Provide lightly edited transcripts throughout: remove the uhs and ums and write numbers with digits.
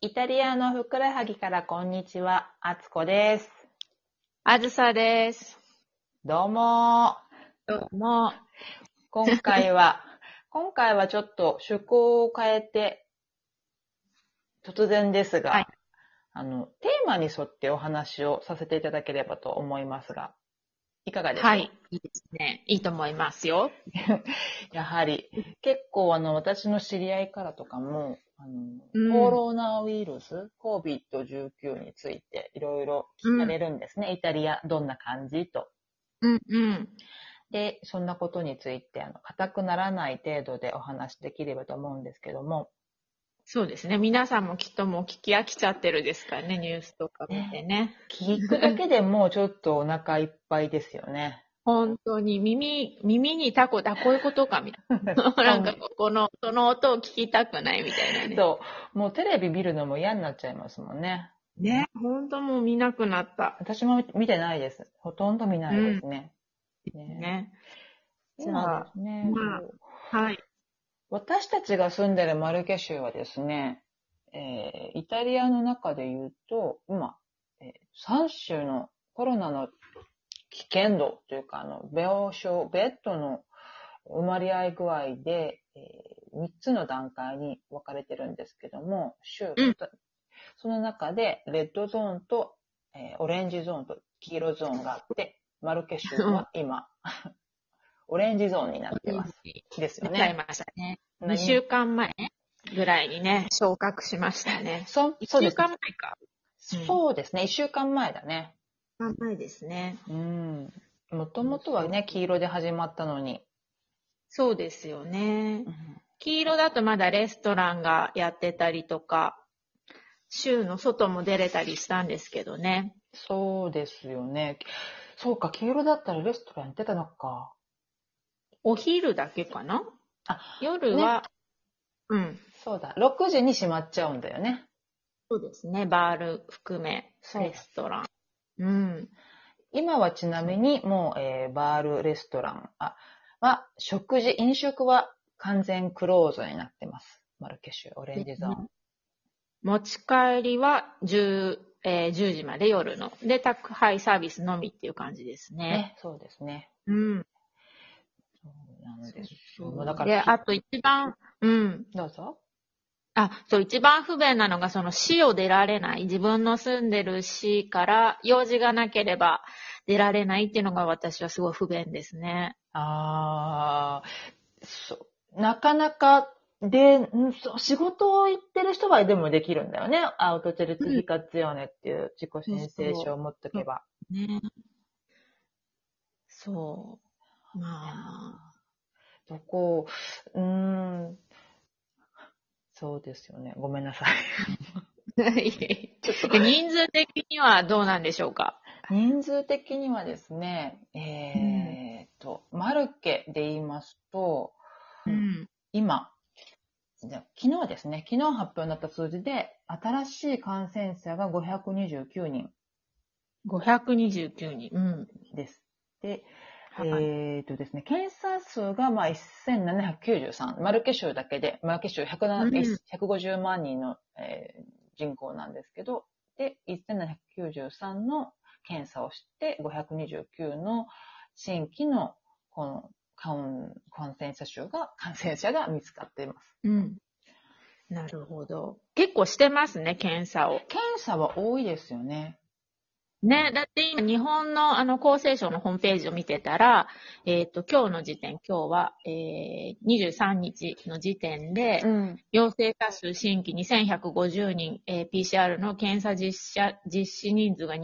イタリアのふくらはぎからこんにちは、あつこです。 あずさです。 どうも。 どうも。 今回はちょっと趣向を変えて、突然ですが、 はい。 テーマに沿ってお話をさせていただければと思いますが、いかがでしょはい。いいですね。いいと思いますよ。 う？やはり、結構私の知り合いからとかも、コうん。 ロナウイルス、COVID-19 についていろいろ聞かうん。 れるんですね。イタリア、どんな感じと。 うん。うん。 で、そんなことについて、硬くならない程度でお話できればと思うんですけども、 そうですね。皆さんもきっともう聞き飽きちゃってるですからね。ニュースとか見てね、 ね。 聞くだけでもうちょっとお腹いっぱいですよね。 本当に耳にタコだ、こういうことか、みたいな。なんかそう、 その音を聞きたくないみたいなね。 もうテレビ見るのも嫌になっちゃいますもんね。 ね。本当もう見なくなった。 私も見てないです。ほとんど見ないでうん。 すね。ね、 ね。じ今でゃあ、 すね、 まあ、はい。 私たちが住んでるマルケ州はですね、イタリアの中で言うと、今、3州のコロナの危険度というか、病床、ベッドの埋まり合い具合で、3つの段階に分かれてるんですけども、 うん。 その中で、レッドゾーンと、オレンジゾーンと黄色ゾーンがあって、マルケ州は今、オレンジゾーンになってます。ですよね。 出ちゃいましたね。2週何間前ぐらいにね、昇格しましたね。1週そうですね。 間前か。うん。 そうですね。1週間前だね。 1週間前ですね。 うん。もとそうもとはね、 そう黄色で始まったのに。 そうですよね。 うん、 黄色だとまだレストランがやってたりとか、州の外も出れたりしたんですけどね。 そうですよね。そうか、黄色だったらレストランやってたのか。 お昼だけかな。 あ、ね。 夜は、うん。 そうだ。6時に閉まっちゃうんだよね。 そうですね。バール含め、レそうだ。 ストラン。うん。 今はちなみにもう、バール、レストラン飲食は完全クローズになってます。マルケシュ、オレンジゾーン。 持ち帰りは10時まで夜の。で、宅配サービスのみっていう感じですね。 ね、そうですね。 うん。 そうなんそうですよ。もうだそう。で、 からあと一番、うん。 どうぞ。 そう、一番不便なのがその市を出られない。自分の住んでる市から用事がなければ出られないっていうのが私はすごい不便ですね。 ああ、なかなかで、仕事を行ってる人はでもできるんだよね。アウトチェルツうん。 フィカツヨネっていう自己そう申請書そう。 を持っとそうけば。 ね。そう。まあ。 どこ、うーん、そうですよね。ごめんなさい。ちょっと、 人数的にはどうなんでしょうか。 人数的にはですね、 うん。 マルケで言いますと、 うん。 今、昨日ですね、昨日発表になった数字で、新しい感染者が529人 529人。うん。 です。で、 はい。 ですね、検査数が1793、マルケ州だけで、マルケ州うん。 150万人の、人口なんですけど、で、1793の検査をして、529の新規のこの感染者が見つかっています。 うん。なるほど。結構してますね、検査を。 検査は多いですよね。 ね、だって今、日本の厚生省のホームページを見てたら、今日の時点、今日は、23日の時点で、 うん。 陽性者数新規2150人、PCR の検査実施人数が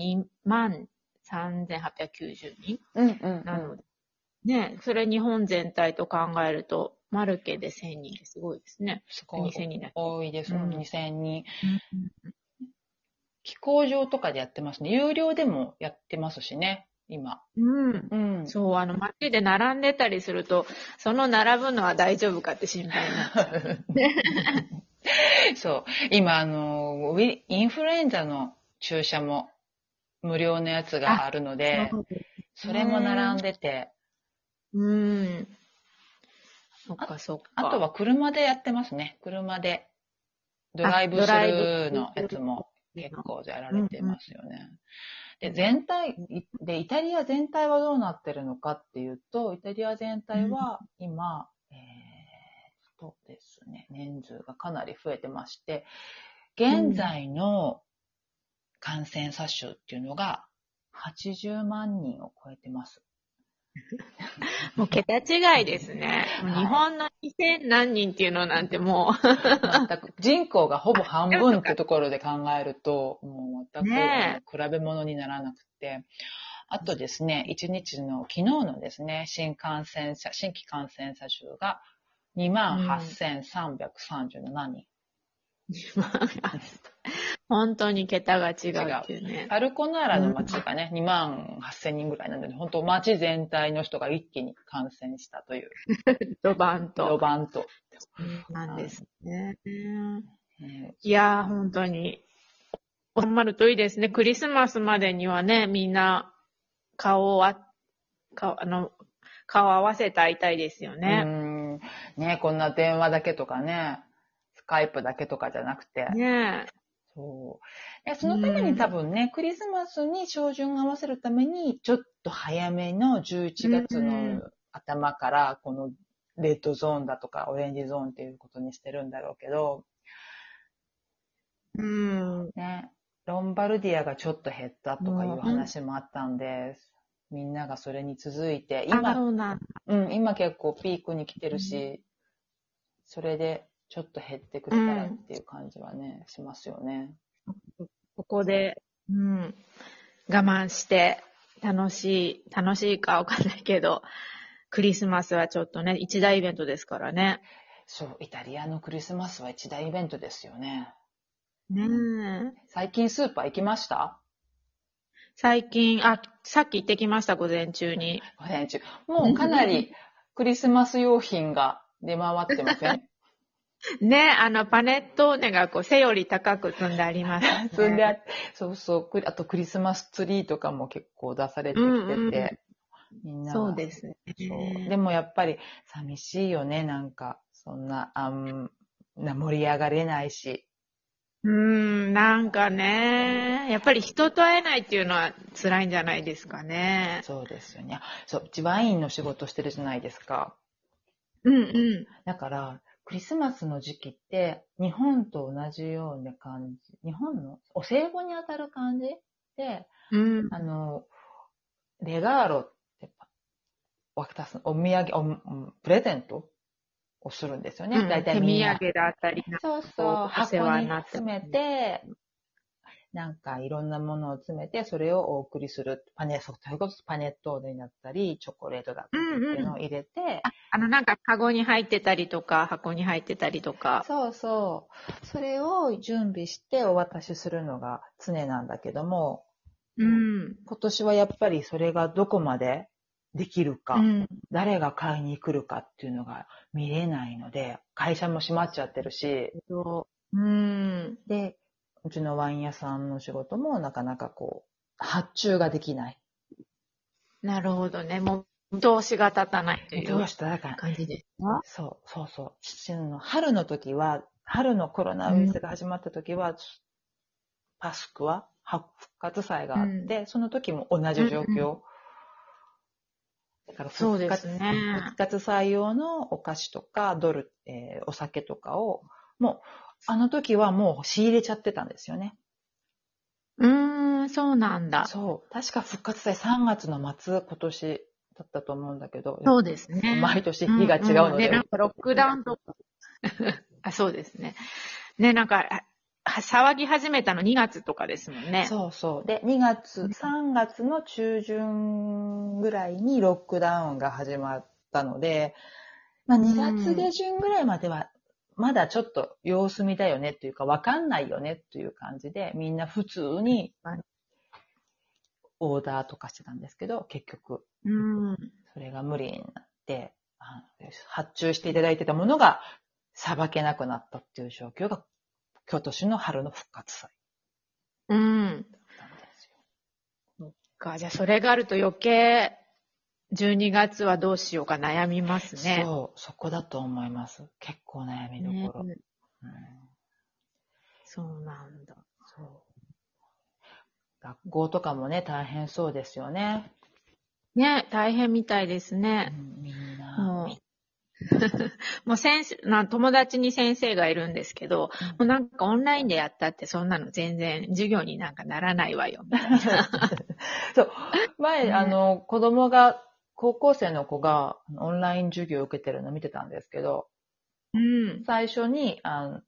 23,890人うんうんうん。 なので、ね、それ日本全体と考えると、マルケで1000人ってすごいですね。 すごい 2000人だっけ。 多いです。 うん。 2000人。 うん飛行場とかでやってますね。有料でもやってますしね、今。 うん。 うん。 そう、街で並んでたりすると、その並ぶのは大丈夫かって心配になっちゃう。 そう。今、インフルエンザの注射も無料のやつがあ、 あるのそで、 うですそれもね。 並んでて、 うん。そっあ、 かそっあとか。 は車でやってますね。車で。 ドライブスルドライーブのやつも結構やられてますよね。で、全体、イタリア全体はどうなってるのかっていうと、イタリア全体は今、ですね、人数がかなり増えてまして、現在の感染者数っていうのが80万人を超えてます。 もう桁違いですね。もう日本の2000何人っていうのなんてもう。 全く、人口がほぼ半分ってところで考えると、もう全く、 ね比べ物にならなくて、あとですね、昨日のですね、新規感染者数が28,337人。 本当に桁が違うっていうね。 ファルコナーラの町がね、28,000人ぐらいなので、本当町全体の人が一気に感染したという。 ドバンと。 なんですね。いやー、本当に。収まるといいですね。クリスマスまでにはね、みんな顔を合わせて会いたいですよね。 ね、こんな電話だけとかね、スカイプだけとかじゃなくて。 ねそう。そのために多分ね、クリスマスに照準を合わせるために、ちょっと早めの11月の頭から、このレッドゾーンだとかオレンジゾーンっていうことにしてるんだろうけど、ね、ロンバルディアがちょっと減ったとかいう話もあったんで、みんながそれに続いて、今結構ピークに来てるし、それでちょっと減ってくれたらっていう感じはね、しますよね。 ここで、我慢して楽しいかわかんないけど、クリスマスはちょっとね、一大イベントですからね。 そう、イタリアのクリスマスは一大イベントですよね。 最近スーパー行きました？ 最近、さっき行ってきました、午前中に。 午前中。もうかなりクリスマス用品が出回ってません？ ね、パネットーネが背より高く積んであります、ね。 積んであって、そうそう。あとクリスマスツリーとかも結構出されてきてて、みんな。 そうですね。 でもやっぱり寂しいよね、なんか。そんな、盛り上がれないし。 なんかね、やっぱり人と会えないっていうのは辛いんじゃないですかね。 そうですよね。そう、うちワインの仕事してるじゃないですか。だから、クリスマスの時期って、日本と同じような感じ。日本のお歳暮に当たる感じで、レガーロって渡す、お土産、プレゼントをするんですよね。大体みんな。 手土産だったり、 そうそう、箱に詰めて、なんかいろんなものを詰めて、それをお送りする。それこそパネットーネだったり、チョコレートだったりっていうのを入れて。 なんかカゴに入ってたりとか、箱に入ってたりとか。 そうそう。それを準備してお渡しするのが常なんだけども、今年はやっぱりそれがどこまでできるか、誰が買いに来るかっていうのが見れないので、会社も閉まっちゃってるし、で、うちのワイン屋さんの仕事もなかなか発注ができない。 なるほどね。もう、見通しが立たないという感じですか？そう。春の時は、春のコロナウイルスが始まった時は、パスクは復活祭があって、その時も同じ状況。だから復活祭用のお菓子とか、お酒とかを、もう、あの時はもう仕入れちゃってたんですよね。 そうなんだ。 そう。確か復活祭3月の末、今年だったと思うんだけど。 そうですね。 毎年日が違うので。 なんかロックダウンとか。そうですね。ね、なんか、騒ぎ始めたの2月とかですもんね。 そうそう。で、3月の中旬ぐらいにロックダウンが始まったので、2月下旬ぐらいまでは、まだちょっと様子見だよねっていうか、わかんないよねっていう感じで、みんな普通にオーダーとかしてたんですけど、結局、それが無理になって、発注していただいてたものがさばけなくなったっていう状況が、今年の春の復活祭。 じゃあそれがあると余計、12月はどうしようか悩みますね。 そう、そこだと思います。結構悩みどころ。 そうなんだ。 そう。学校とかもね、大変そうですよね。 ね、大変みたいですね。 みんな。 もう先生、友達に先生がいるんですけど、もうなんかオンラインでやったってそんなの全然授業になんかならないわよ、みたいな。 そう。前、 ね子供が、高校生の子がオンライン授業を受けてるのを見てたんですけど、 うん。 最初に、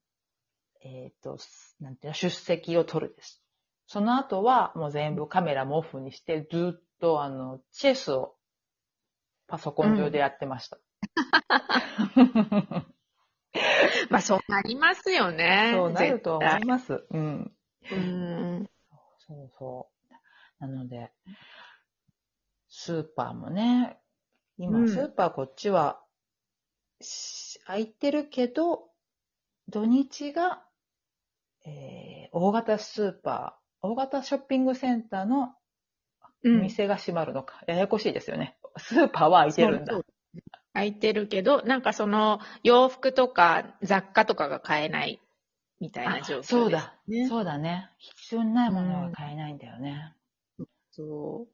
なんていうの、出席を取るです。その後はもう全部カメラもオフにして、ずっとチェスをパソコン上でやってました。 まあそうなりますよね。 そうなるとは思います。うん。そうそう。なので、スーパーもね、今、スーパーこっちは空いてるけど、土日が、大型スーパー、大型ショッピングセンターの店が閉まるのか。ややこしいですよね。スーパーは空いてるんだ。 そう空いてるけど、なんかその洋服とか雑貨とかが買えないみたいな状況です、ね。 そうだ。そうだね。必要にないものが買えないんだよね。 そう。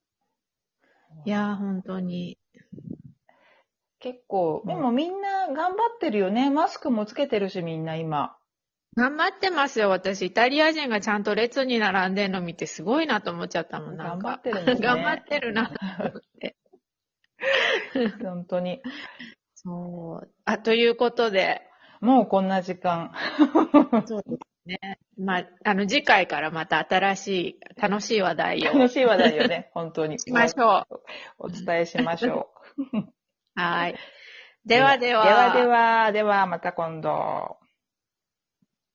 いやー、本当に。 結構、でもみんな頑張ってるよね。マスクもつけてるし、みんな今。 頑張ってますよ、私。イタリア人がちゃんと列に並んでるの見てすごいなと思っちゃったもん、なんか。 頑張ってるもんね。 頑張ってるなと思って。 本当に。 そう。ということで。 もうこんな時間。 そうですね。まあ、次回からまた新しい、楽しい話題を。 楽しい話題よね、本当に。 しましょう。 お伝えしましょう。はい。ではでは。 では、また今度。